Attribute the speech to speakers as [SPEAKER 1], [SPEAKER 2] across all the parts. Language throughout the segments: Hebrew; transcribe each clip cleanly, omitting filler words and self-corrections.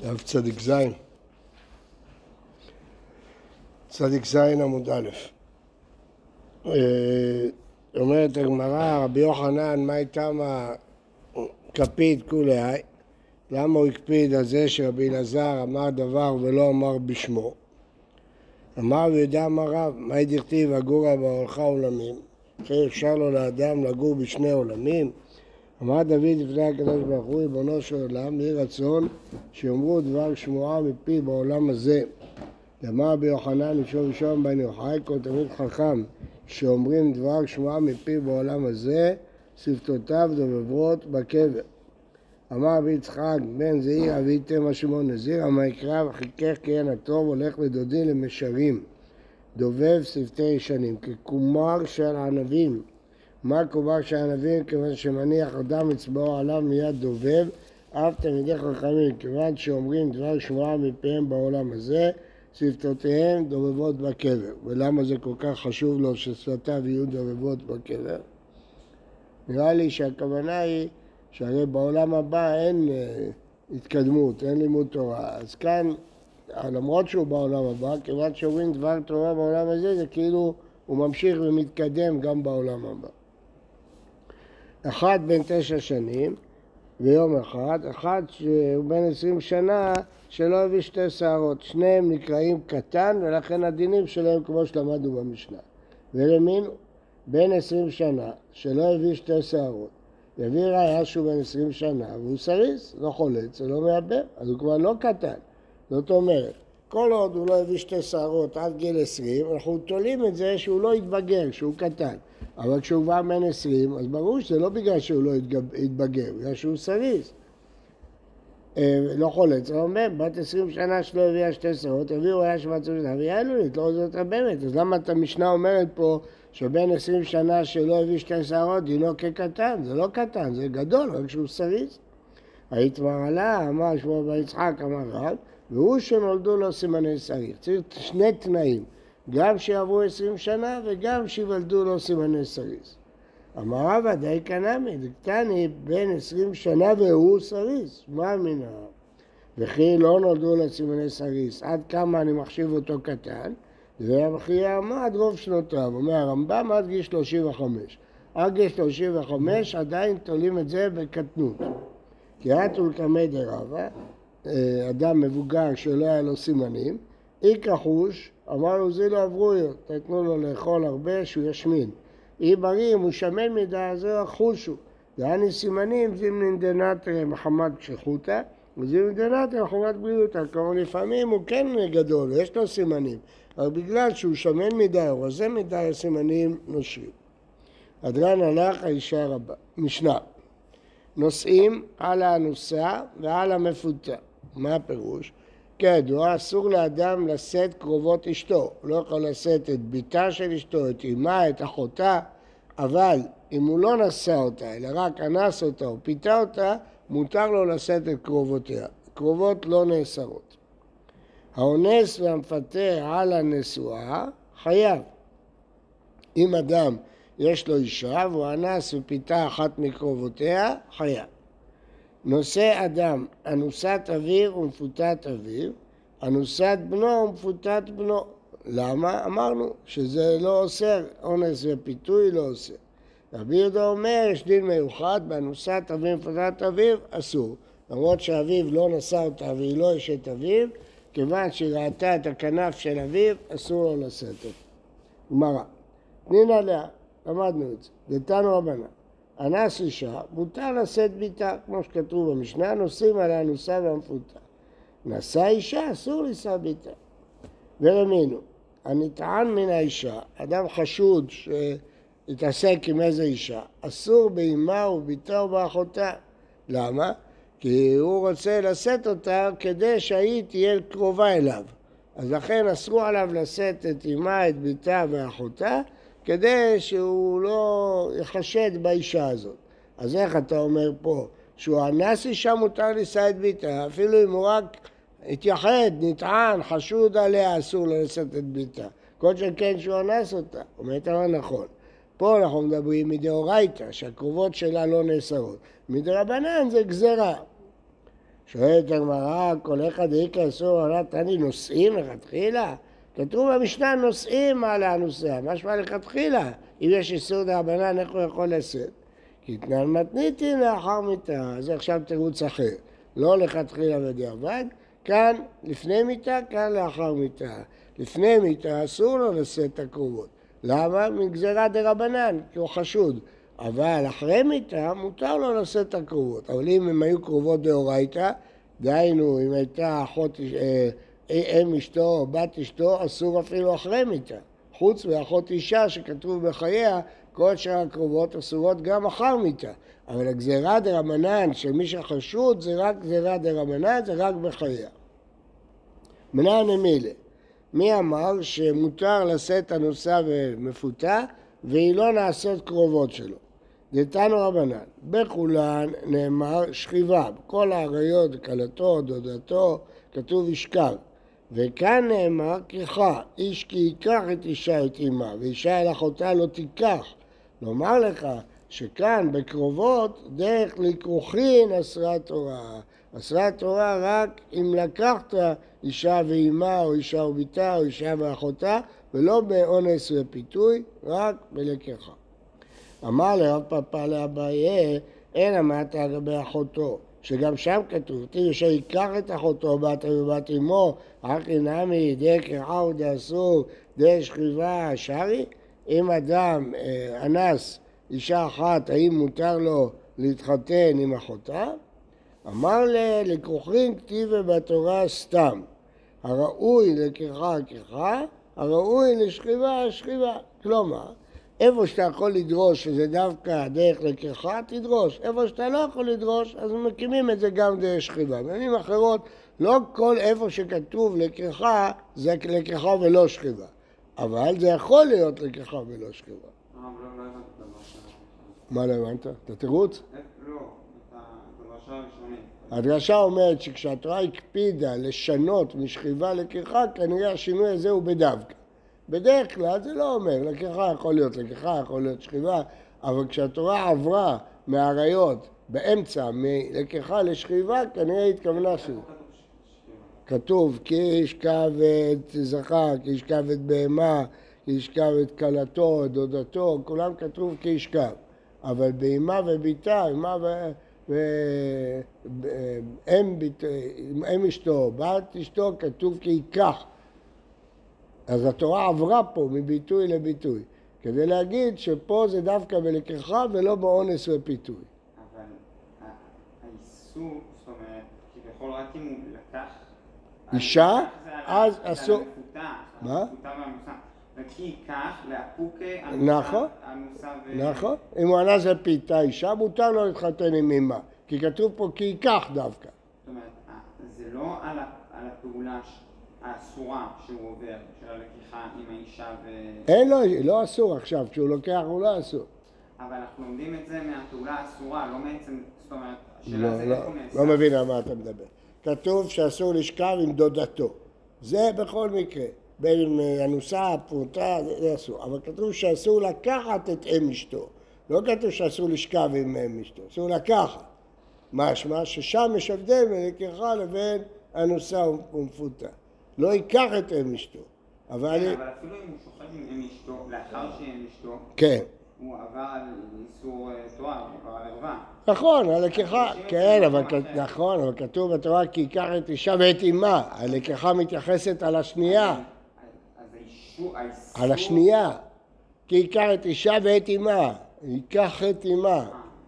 [SPEAKER 1] דף צדיק זין. צדיק זין עמוד א'. אומרת הגמרא, רבי יוחנן, מה איתם הקפיד כולי? למה הוא הקפיד על זה שרבי אלעזר אמר דבר ולא אמר בשמו? אמר ויודע אמר רב, מה דכתיב הגורה באורך עולמים? אחרי אפשר לו לאדם לגור בשני עולמים? אמר דוד לפני הקדוש ברוך הוא, ריבונו של עולם, יהי רצון שיאמרו דבר שמועה מפי בעולם הזה. אמר רבי יוחנן לשאול ראשון בן יוחאי, כל תלמיד חכם שאומרים דבר שמועה מפי בעולם הזה, שפתותיו דובבות בקבר. אמר רבי יצחק בן זעיר אביתם השמו נזיר, אמר יקרא וחיכך כי אין הטוב הולך לדודי למשרים, דובב שפתי ישנים, כקומר של ענבים. מה קומר של ענבים? כיוון שמניח אדם אצבעו עליו מיד דובב, אף תלמידי חכמים, כיוון שאומרים דבר שמועה מפיהם בעולם הזה, שפתותיהם דובבות בקבר. ולמה זה כל כך חשוב לו ששפתיו יהיו דובבות בקבר? נראה לי שהכוונה היא שהרי בעולם הבא אין התקדמות, אין לימוד תורה. אז כאן, למרות שהוא בעולם הבא, כיוון שאומרים דבר תורה בעולם הזה, זה כאילו הוא ממשיך ומתקדם גם בעולם הבא. אחד בן 9 שנים, ויום אחד שהוא בן 20 שנה, שלא הביא 2 שערות. שניהם נקראים קטן, ולכן הדינים שלהם כמו שלמדנו במשנה. ולמין, בן 20 שנה, שלא הביא 2 שערות. יביא ראיה שהוא בן 20 שנה, והוא סריס, לא חולץ, לא מעבר, אז הוא כבר לא קטן. זאת אומרת, כל עוד הוא לא הביא 2 שערות עד גיל 20, אנחנו תולים את זה שהוא לא יתבגר, שהוא קטן. אבל כשהוא כבר בן 20, אז ברור שזה לא בגלל שהוא לא יתבגר, בגלל שהוא סריס. לא חולץ, הוא אומר, בת 20 שנה שלא הביאה 2 שערות, הביאו ראיה שמצאו שלה, והיא אלולית, לא זאת רבמת. אז למה המשנה אומרת פה, שבן 20 שנה שלא הביא 2 שערות, דינו כקטן? זה לא קטן, זה גדול, רק שהוא סריס. היתמר עלה, אמר שמו בר יצחק, אמר רב, והוא שנולדו לו סימני שריס. צריך 2 תנאים, גם שיעברו 20 שנה וגם שיוולדו לו סימני שריס. אמר רבא די קנמי, דקטני בן 20 שנה והוא סריס, מה מנה? וכי לא נולדו לו סימני שריס, עד כמה אני מחשיב אותו קטן? וכי עמד רוב שנותיו, אומר הרמב"ם עד גיל 35. עד גיל 35 עדיין תולים את זה בקטנות. כי עתו לקמי דרבא, אדם מבוגר שלא היה לו סימנים, איקח חוש, אמר לו זה לא עבריות, תתנו לו לאכול הרבה שהוא ישמין. אי בריא, אם הוא שמן מדי, אז זה חושו. דהני סימנים, זימנין דנטרי מחמת קשיחותא, וזימנין דנטרי מחמת בריאותא. כלומר, לפעמים הוא כן גדול, יש לו סימנים, אבל בגלל שהוא שמן מדי או רזה מדי, הסימנים נושרים. הדרן הלך האישה רבה. משנה. נושאים על האנוסה ועל המפותה. מה הפירוש? כידוע, אסור לאדם לשאת קרובות אשתו. הוא לא יכול לשאת את ביתה של אשתו, את אמה, את אחותה, אבל אם הוא לא נשא אותה, אלא רק אנס אותה או פיתה אותה, מותר לו לשאת את קרובותיה. קרובות לא נאסרות. האונס והמפתה על הנשואה חייב. אם אדם יש לו אישה והוא אנס ופיתה אחת מקרובותיה, חייב. נושא אדם אנוסת אביו ומפותת אביו, אנוסת בנו ומפותת בנו. למה? אמרנו שזה לא אוסר, אונס ופיתוי לא אוסר. רבי יהודה אומר, יש דין מיוחד באנוסת אביו ומפותת אביו, אסור. למרות שאביו לא נשא אותה והיא לא אשת אביו, כיוון שראתה את הכנף של אביו, אסור לו לשאת אותה. גמרא, תנין עליה, למדנו את זה, דתנו רבנן. אנס אישה, מותר לשאת ביתה, כמו שכתוב במשנה, נושאים על האנוסה והמפותה. נשא אישה, אסור לשאת ביתה. ולמינו, הנטען מן האישה, אדם חשוד שהתעסק עם איזה אישה, אסור באמה וביתה ובאחותה. למה? כי הוא רוצה לשאת אותה כדי שהיא תהיה קרובה אליו. אז לכן אסרו עליו לשאת את אמה, את ביתה ואחותה, כדי שהוא לא יחשד באישה הזאת. אז איך אתה אומר פה? שהוא אנס אישה מותר לשאת את ביתה, אפילו אם הוא רק התייחד, נטען, חשוד עליה, אסור לו לשאת את ביתה. כל שכן שהוא אנס אותה, אומרת אבל נכון. פה אנחנו מדברים מדאורייתא, שהקרובות שלה לא נאסרות. מדרבנן זה גזרה. שואלת הגמרא, כל אחד דאיכא אסור עולת תני נושאים לכתחילה? כתוב במשנה נושאים על הנוסע, משמע לכתחילה. אם יש איסור דרבנן, איך הוא יכול לשאת? כי תנן מתניתין לאחר מיתה, זה עכשיו תירוץ אחר. לא לכתחילה בדיעבד, כאן לפני מיתה, כאן לאחר מיתה. לפני מיתה אסור לו לשאת את הקרובות. למה? מגזרה דרבנן, כי הוא חשוד. אבל אחרי מיתה מותר לו לשאת את הקרובות. אבל אם הם היו קרובות דאורייתא, דהיינו אם הייתה אחות, אם אשתו או בת אשתו, אסור אפילו אחרי מיתה. חוץ מאחות אישה שכתוב בחייה, כל שאר הקרובות אסורות גם אחר מיתה. אבל הגזרה דרבנן של מי שחשוד זה רק גזרה דרבנן, זה רק בחייה. מנן אמילה, מי אמר שמותר לשאת הנוסע ומפותה והיא לא נעשות קרובות שלו? דתנו רבנן, בכולן נאמר שכיבה, בכל העריות, כלתו, דודתו, כתוב ישכב. וכאן נאמר כיחה, איש כי ייקח את אישה את אמה, ואישה אל אחותה לא תיקח. לומר לך שכאן בקרובות דרך לכרוכין אסרה תורה. אסרה תורה רק אם לקחת אישה ואימה או אישה וביתה או אישה ואחותה, ולא באונס ופיתוי, רק בלקיחה. אמר לרב פאפא לאביי, אין אמרת לגבי אחותו, שגם שם כתוב, תראו שיקח את אחותו בת ובת אמו, אחי נמי, די כרחה ודה אסור, די שכיבה שרי. אם אדם אנס אישה אחת, האם מותר לו להתחתן עם אחותה? אמר לכרוכין כתיבה בתורה סתם, הראוי לכיחה כיחה, הראוי לשכיבה שכיבה. כלומר, איפה שאתה יכול לדרוש שזה דווקא דרך לכיחה, תדרוש. איפה שאתה לא יכול לדרוש, אז מקימים את זה גם דרך שכיבה. במילים אחרות, לא כל איפה שכתוב לכיחה, זה לכיחה ולא שכיבה. אבל זה יכול להיות לכיחה ולא שכיבה.
[SPEAKER 2] לא הבנתי את הדרשה.
[SPEAKER 1] מה לא הבנת? אתה תירוץ?
[SPEAKER 2] לא, את הדרשה הראשונית.
[SPEAKER 1] הדרשה אומרת שכשהתורה הקפידה לשנות משכיבה לכיחה, כנראה השינוי הזה הוא בדווקא. בדרך כלל זה לא אומר, לקיחה יכול להיות לקיחה, יכול להיות שכיבה, אבל כשהתורה עברה מהעריות באמצע, מלקיחה לשכיבה, כנראה התכוונה שוב. כתוב כי ישכב את זכר, כי ישכב את בהמה, כי ישכב את כלתו, את דודתו, כולם כתוב כי ישכב. אבל באמה וביתה, אמה ואם אשתו, בת אשתו, כתוב כי ייקח. אז התורה עברה פה מביטוי לביטוי, כדי להגיד שפה זה דווקא בלקיחה ולא באונס ופיתוי.
[SPEAKER 2] אבל האיסור, זאת אומרת, כביכול רק אם הוא לקח...
[SPEAKER 1] אישה, אז אסור...
[SPEAKER 2] זה על המפותה,
[SPEAKER 1] מה?
[SPEAKER 2] המפותה והמוסה. וכי ייקח לאפוקי
[SPEAKER 1] נכון, נכון. אם הוא אנס ופיתה אישה, מותר לו להתחתן עם אמה, כי כתוב פה כי ייקח דווקא.
[SPEAKER 2] זאת אומרת, זה לא על הפעולה האסורה שהוא עובר, של הלקיחה עם האישה ו...
[SPEAKER 1] אין לו, לא אסור עכשיו, כשהוא לוקח הוא לא אסור.
[SPEAKER 2] אבל אנחנו לומדים את זה מהפעולה האסורה, לא מעצם, זאת אומרת, השאלה זה איך הוא נעשה.
[SPEAKER 1] לא מבין על מה אתה מדבר. כתוב שאסור לשכב עם דודתו. זה בכל מקרה. בין אם אנוסה, פרוטה, זה אסור. אבל כתוב שאסור לקחת את אם אשתו. לא כתוב שאסור לשכב עם אם אשתו, אסור לקחת. משמע ששם יש הבדל בין לקיחה לבין אנוסה ומפותה. לא ייקח את אם אשתו.
[SPEAKER 2] אבל אפילו אם הוא שוכב עם אם אשתו, לאחר שאם אשתו,
[SPEAKER 1] כן.
[SPEAKER 2] הוא עבר על איסור תואר, הוא עבר על ערווה.
[SPEAKER 1] נכון, הלקיחה, כן, נכון, אבל כתוב בתורה כי ייקח את אישה ואת אמה. הלקיחה מתייחסת על השנייה.
[SPEAKER 2] אז האיסור...
[SPEAKER 1] על השנייה. כי ייקח את אישה ואת אמה. ייקח את אמה.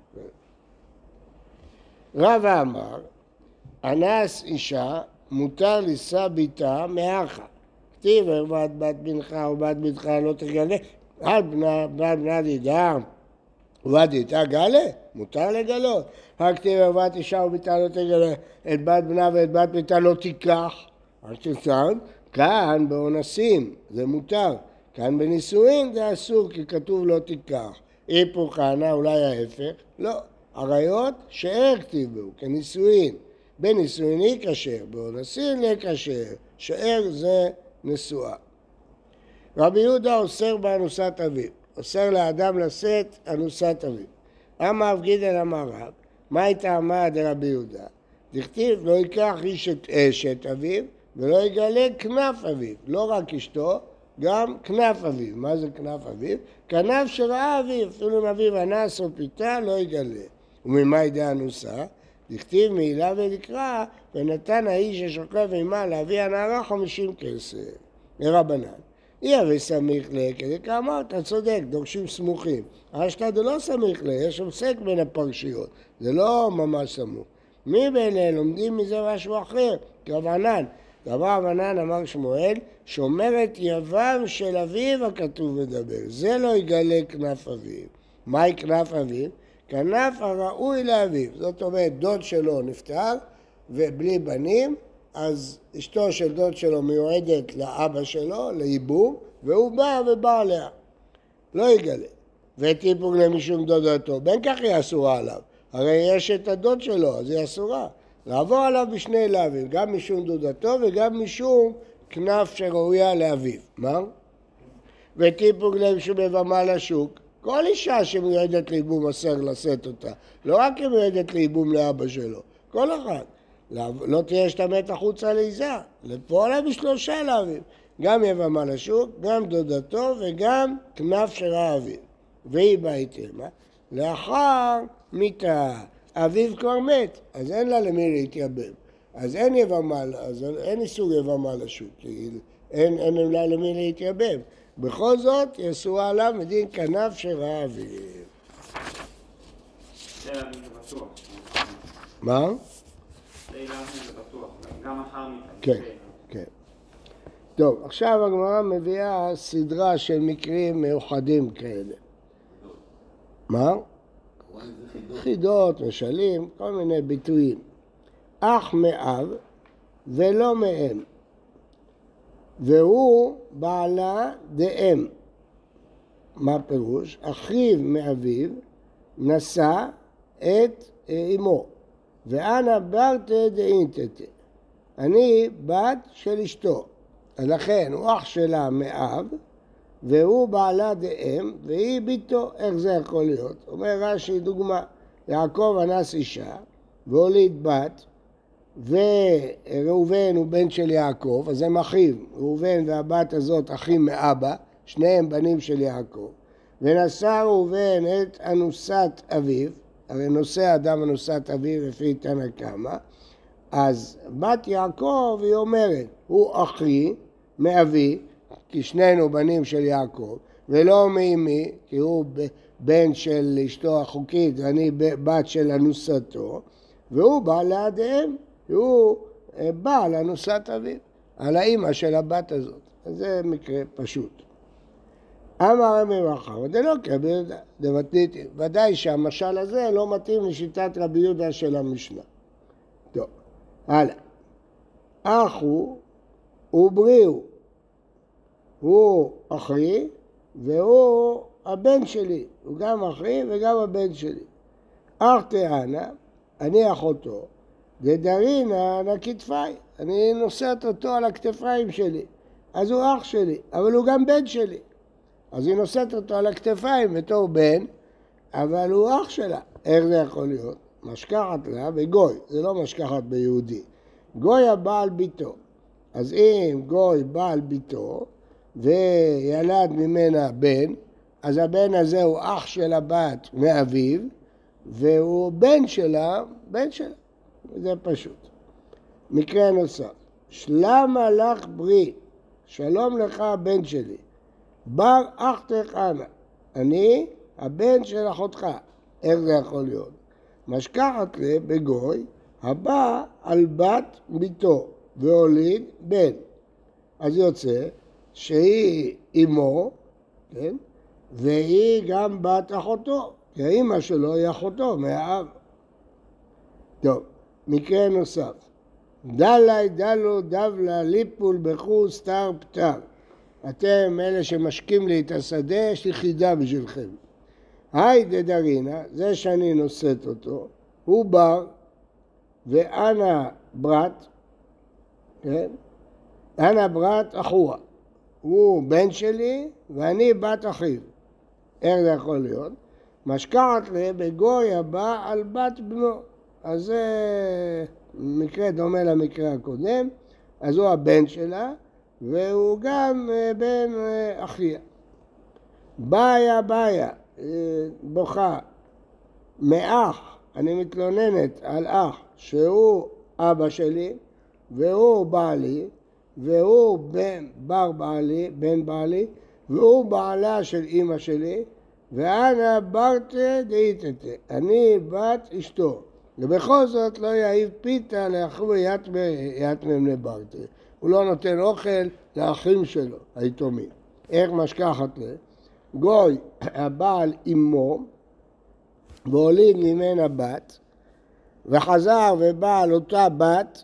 [SPEAKER 1] רבא אמר, אנס אישה, מותר לישא ביתה מאחה. כתיב ערוות בת בנך ובת בתך לא תגלה. בת בנה דידה ובת איתה גלה, מותר לגלות. הכתיב ערוות אישה וביתה לא תגלה. את בת בנה ואת בת ביתה לא תיקח. כאן באונסים זה מותר. כאן בנישואין זה אסור כי כתוב לא תיקח. איפוך כהנה אולי ההפך? לא. עריות שאר כתיב בו, כנישואין. בנישואין היא כשר, באונסין לא כשר. שאר זה נשואה. רבי יהודה אוסר באנוסת אביו. אוסר לאדם לשאת אנוסת אביו. אמר אבגידן אמר רב, מה הייתה אמרה דרבי יהודה? דכתיב לא ייקח איש את אשת אביו ולא יגלה כנף אביו, לא רק אשתו, גם כנף אביו. מה זה כנף אביו? כנף שראה אביו, אפילו אם אביו אנס או פיתה לא יגלה. וממה ידע אנוסה? דכתיב מעילה ולקרא, ונתן האיש השוכב עמה להביא הנערה 50 כסף. מרבנן. אי הרי סמיך לה, כדי כאמר, אתה צודק, דורשים סמוכים. אשתא דלא סמיך לה, יש הפסק בין הפרשיות, זה לא ממש סמוך. מי ביניהם לומדים מזה משהו אחר? רבנן. דבר רבנן אמר שמואל, שומרת יבם של אביו הכתוב מדבר. זה לא יגלה כנף אביו. מהי כנף אביו? כנף הראוי לאביו. זאת אומרת, דוד שלו נפטר ובלי בנים, אז אשתו של דוד שלו מיועדת לאבא שלו, לייבום, והוא בא ובא עליה. לא יגלה. ותיפוג למשום דודתו, בין כך היא אסורה עליו. הרי יש את הדוד שלו, אז היא אסורה. לעבור עליו בשני לאביו, גם משום דודתו וגם משום כנף שראויה לאביו. מה? ותיפוג למשום יבמה לשוק. כל אישה שמיועדת לייבום אסר לשאת אותה. לא רק היא מיועדת לייבום לאבא שלו. כל אחד. לא תהיה שתמת החוצה לעיזה. לפה עליו בשלושה לאביו. גם יבמה לשוק, גם דודתו וגם כנף שראה אביו. והיא באה איתמה. לאחר מיתה, אביו כבר מת, אז אין לה למי להתייבם. אז אין יבמה, אז אין איסור יבמה לשוק, אין לה למי להתייבם. בכל זאת, יסוע עליו מדין כנף שראה אביו.
[SPEAKER 2] זה להבין זה בטוח.
[SPEAKER 1] מה?
[SPEAKER 2] זה להבין זה בטוח, גם אחר מיתה.
[SPEAKER 1] כן, כן. טוב, עכשיו הגמרא מביאה סדרה של מקרים מיוחדים כאלה. מה? חידות, משלים, כל מיני ביטויים. אח מאב ולא מאם, והוא בעלה דאם. מה פירוש? אחיו מאביו נשא את אמו, ואנה ברתא דאינתתא. אני בת של אשתו, אז לכן הוא אח שלה מאב, והוא בעלה דאם, והיא ביתו. איך זה יכול להיות? אומר רש"י דוגמה, יעקב אנס אישה, והוליד בת, וראובן הוא בן של יעקב, אז הם אחים, ראובן והבת הזאת אחים מאבא, שניהם בנים של יעקב, ונשא ראובן את אנוסת אביו, הרי נושא אדם אנוסת אביו לפי תנא קמא, אז בת יעקב היא אומרת, הוא אחי מאבי, כי שנינו בנים של יעקב, ולא מאמי, כי הוא בן של אשתו החוקית, ואני בת של אנוסתו, והוא בא לידיהם, והוא בא לאנוסת אביו, על האמא של הבת הזאת. אז זה מקרה פשוט. אמר רבי יוחנן, ודלא כרבי יהודה דמתניתין, ודאי שהמשל הזה לא מתאים לשיטת רבי יהודה של המשנה. טוב, הלאה. אחו ובריאו, הוא אחי והוא הבן שלי, הוא גם אחי וגם הבן שלי. אח תאנה, אני אחותו, דדרינה על הכתפיי, אני נושאת אותו על הכתפיים שלי, אז הוא אח שלי, אבל הוא גם בן שלי. אז היא נושאת אותו על הכתפיים בתור בן, אבל הוא אח שלה. איך זה יכול להיות? משכחת לה בגוי, זה לא משכחת ביהודי. גוי הבעל ביתו. אז אם גוי בעל ביתו וילד ממנה בן, אז הבן הזה הוא אח של הבת מאביו, והוא בן שלה, זה פשוט. מקרה נוסף, שלמה לך בריא, שלום לך הבן שלי, בר אחתך אנה, אני הבן של אחותך. איך זה יכול להיות? משכחת לה בגוי, הבא על בת ביתו והוליד בן. אז יוצא שהיא אמו, כן? והיא גם בת אחותו, כי האמא שלו היא אחותו מהאב. טוב, מקרה נוסף. דלי דלו דבלה ליפול בחו סתר פתר. אתם אלה שמשקים לי את השדה, יש לי חידה בשבילכם. היי דדרינה, זה שאני נושאת אותו, הוא בר ואנה ברת, כן? אנה ברת אחוה. הוא בן שלי ואני בת אחיו. איך זה יכול להיות? משכחת לה בגוי הבא על בת בנו. אז זה מקרה דומה למקרה הקודם, אז הוא הבן שלה, והוא גם בן אחיה. בעיה, בוכה, מאח, אני מתלוננת על אח שהוא אבא שלי, והוא בעלי, והוא בן בעלי, והוא בעלה של אמא שלי, ואנה ברטה דאיתתה, אני בת אשתו. ובכל זאת לא יאיב פיתה לאחרו יתמם לברטה. הוא לא נותן אוכל לאחים שלו, היתומים. איך משכחת לה? גוי הבעל אמו, והוליד ממנה בת, וחזר ובא על אותה בת,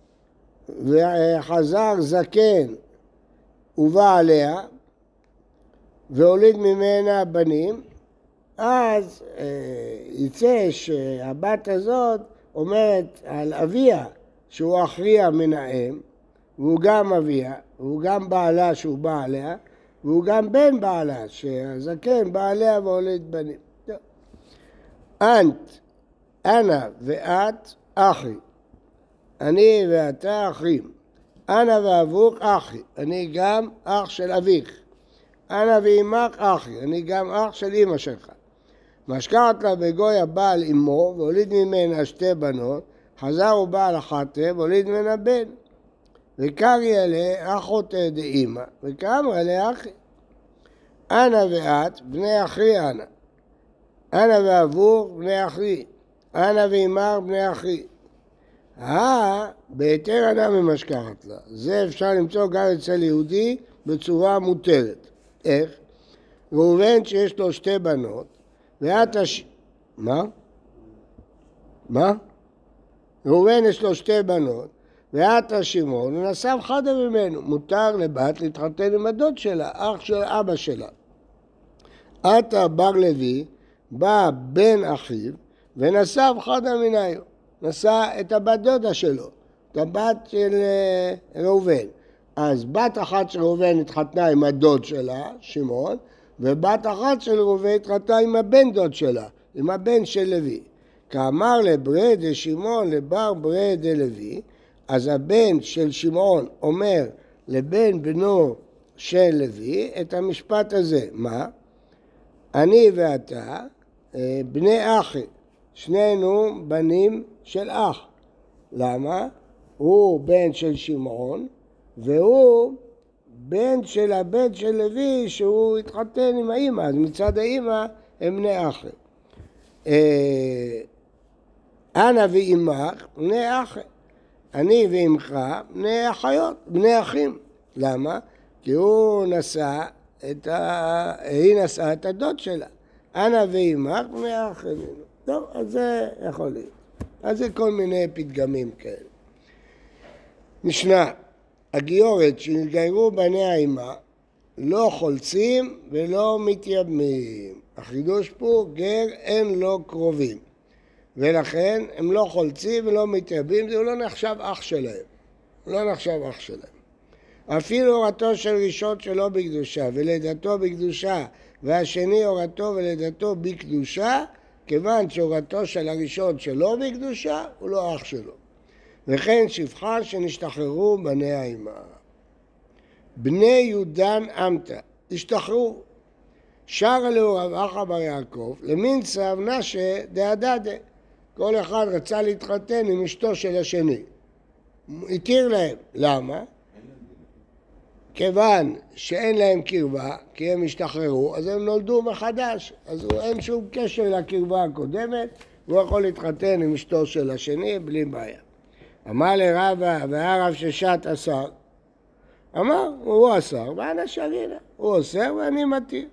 [SPEAKER 1] וחזר זקן ובא עליה, והוליד ממנה בנים, אז יצא שהבת הזאת אומרת על אביה שהוא אחריה מן האם, והוא גם אביה, והוא גם בעלה שהוא בא עליה, והוא גם בן בעלה, שהזקן בא עליה והוליד בנים. אנא ואת אחי, אני ואתה אחים. אנא ואבוך אחי, אני גם אח של אביך. אנא ואמך אחי, אני גם אח של אמא שלך. משכחת לה בגוי הבעל אמו, והוליד ממנה שתי בנות, חזר ובעל אחתה, והוליד ממנה בן. וקרי אלה אחותה דאמא, וקאמר אלה אחי. אנא ואת, בני אחי אנא. אנא ואבוך, בני אחי. אנא ואמך, בני אחי. בהיתר אדם ממשכחת לה. זה אפשר למצוא גם אצל יהודי בצורה מותרת. איך? ראובן שיש לו שתי בנות, ואת מה? ראובן יש לו שתי בנות, ואת השמעון, ונסב חדה ממנו. מותר לבת להתחתן עם הדוד שלה, אח של אבא שלה. אתה בר לוי, בא בן אחיו, ונסב חדה מניו. נשא את הבת דודה שלו, את הבת של ראובן. אז בת אחת של ראובן התחתנה עם הדוד שלה, שמעון, ובת אחת של ראובן התחתנה עם הבן דוד שלה, עם הבן של לוי. כאמר לברי דשמעון לבר ברי דלוי, אז הבן של שמעון אומר לבן בנו של לוי את המשפט הזה. מה? אני ואתה בני אחי, שנינו בנים של אח. למה? הוא בן של שמעון, והוא בן של הבן של לוי שהוא התחתן עם האמא, אז מצד האמא הם בני אחי. אנא ואמך בני אחי, אני ואמך בני אחיות, בני אחים. למה? כי היא נשאה את הדוד שלה. אנא ואמך בני אחים. טוב, אז זה יכול להיות. אז זה כל מיני פתגמים כאלה. משנה, הגיורת שנתגיירו בני האמא לא חולצים ולא מתייבמים. החידוש פה, גר אין לו קרובים. ולכן הם לא חולצים ולא מתייבמים, זה לא נחשב אח שלהם. לא נחשב אח שלהם. אפילו הורתו של ראשון שלא בקדושה ולידתו בקדושה, והשני הורתו ולידתו בקדושה, כיוון שהורתו של הראשון שלא בקדושה, הוא לא אח שלו. וכן שפחה שנשתחררו בני האמא. בני יודן אמתא, השתחררו. שר עליהו רב אחא בר יעקב, למין צב נשה דהדדה. כל אחד רצה להתחתן עם אשתו של השני. התיר להם. למה? כיוון שאין להם קרבה, כי הם השתחררו, אז הם נולדו מחדש. אז אין שום קשר לקרבה הקודמת, והוא יכול להתחתן עם אשתו של השני בלי בעיה. אמר לרבא, והרב ששת אסר, אמר, הוא אסר, ואנה שרינה. הוא אוסר ואני מתיר.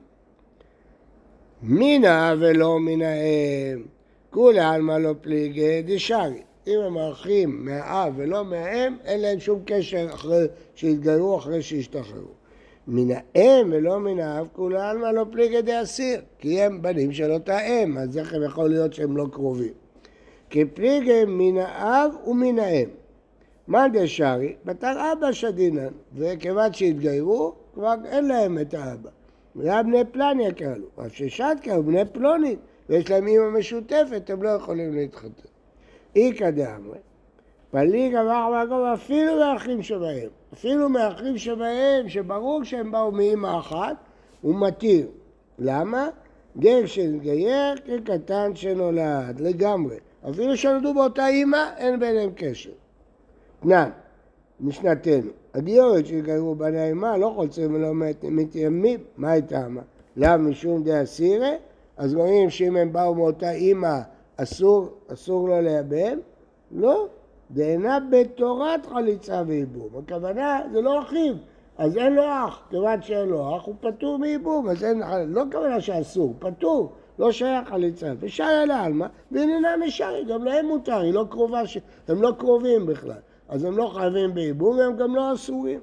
[SPEAKER 1] מינה ולא מן האם, כולי עלמא לא פליגי דשארי. אם הם ערכים מהאב ולא מהאם, אין להם שום קשר אחרי שהתגיירו, אחרי שהשתחררו. מן האם ולא מן האב, כולי עלמא לא פליגי דאסיר, כי הם בנים של אותה אם, אז איך יכול להיות שהם לא קרובים. כי פליגי מן האב ומן האם. מה דשארי? בתר אבא שדינן, וכיוון שהתגיירו, כבר אין להם את האבא. היה בני פלניה כאלו, אז ששת כאלו, בני פלונית, ויש להם אמא משותפת, הם לא יכולים להתחתן. איקא דאמרי, פליג אמר מהגוב אפילו מהאחים שבהם. אפילו מהאחים שבהם, שברור שהם באו מאמא אחת, הוא מתיר. למה? גר שנתגייר כקטן שנולד, לגמרי. אפילו שנולדו באותה אמא, אין ביניהם קשר. תנן, משנתנו. הגיורת שהתגיירו בני האמא לא חולצים ולא מתיימים. מה הייתה אמא? למה משום די אסירה? אז רואים שאם הם באו מאותה אמא, אסור לו לייבם? לא. דאינה בתורת חליצה וייבום. הכוונה, זה לא אחיו. אז אין לו אח. כיוון שאין לו אח, הוא פטור מייבום. אז אין, לא כוונה שאסור, פטור. לא שייך חליצה. ושאר לעלמא, והננה משארי, גם להם מותר, היא לא קרובה, הם לא קרובים בכלל. אז הם לא חייבים בייבום, והם גם לא אסורים.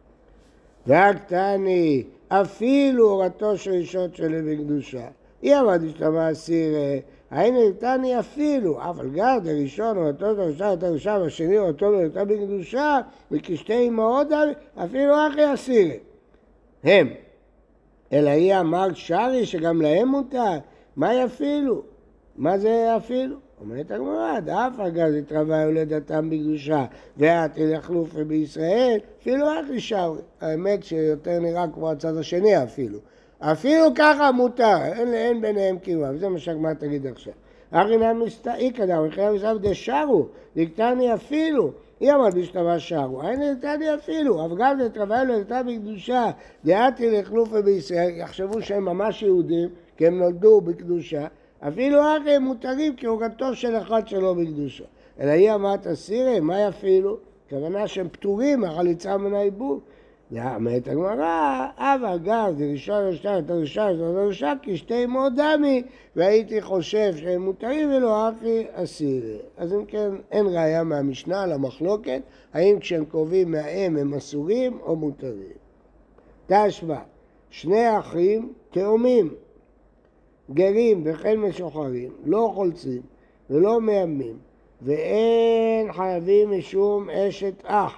[SPEAKER 1] והקטני, אפילו הורתו של אישות שלי בקדושה. היא עמד השתמה אסיר, היינו קטני אפילו, אף על גר דראשון הורתו של אישה, והשני הורתו הורתה בקדושה, וכשתי אמהות אפילו אחי אסיר. הם. אלא היא אמרת שרי שגם להם מותר, מה אפילו? מה זה אפילו? אומרת הגמרא, דאף אגב התרבה הולדתם בקדושה ואת לחלוף בישראל, אפילו אחי שרי. האמת שיותר נראה כמו הצד השני אפילו. אפילו ככה מותר, אין ביניהם קימה, וזה מה שהגמרא תגיד עכשיו. ארינן מסתעיק אדם, וכן מסתעיק דשרו, דקטני אפילו. היא אמרת בשתמה שרו, אין נתני אפילו, אבל גם התרבה הולדתם בקדושה, דעתי לחלוף בישראל, יחשבו שהם ממש יהודים, כי הם נולדו בקדושה, אפילו אחרי הם מותרים כהורתו של אחד שלו בקדושה. אלא היא אמרת אסירי, מה אפילו? כוונה שהם פטורים מהחליצה מן העיבור. אומרת הגמרא, אבל גם דרישה לשתיים, דרישה כשתי אמהות דמי, והייתי חושב שהם מותרים ולא אחי אסירי. אז אם כן, אין ראיה מהמשנה למחלוקת, האם כשהם קרובים מהאם הם אסורים או מותרים. תשמע, שני אחים תאומים, גרים וכן משוחררים, לא חולצים ולא מיימים, ואין חייבים משום אשת אח.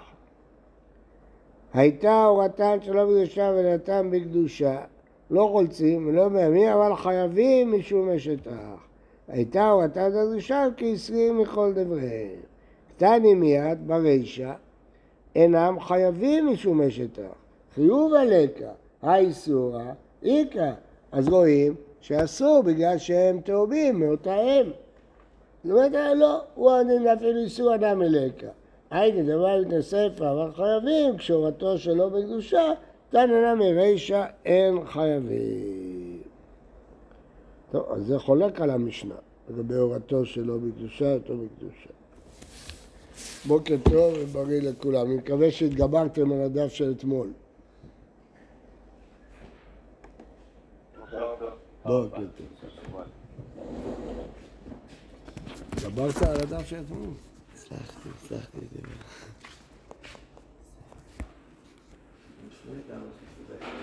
[SPEAKER 1] הייתה הורתן שלא בקדושה ונתן בקדושה, לא חולצים ולא מיימים, אבל חייבים משום אשת אח. הייתה הורתן בקדושה כ20 מכל דבריהם. קטני מיד ברישה, אינם חייבים משום אשת אח. חיוב הלקה, האיסורה, איקה. אז רואים שאסור בגלל שהם תאומים מאותה אם. זאת אומרת, לא, הוא ענין אפילו איסור אדם מלקה. הייתי דבר מתנסף, אבל חייבים, כשהורתו שלו בקדושה, תננה מרישה אין חייבים. טוב, אז זה חולק על המשנה, לגבי הורתו שלו בקדושה, אותו בקדושה. בוקר טוב ובריא לכולם. אני מקווה שהתגברתם על הדף של אתמול. בוקר טוב. התגברת על הדף של אתמול?
[SPEAKER 3] הצלחתי.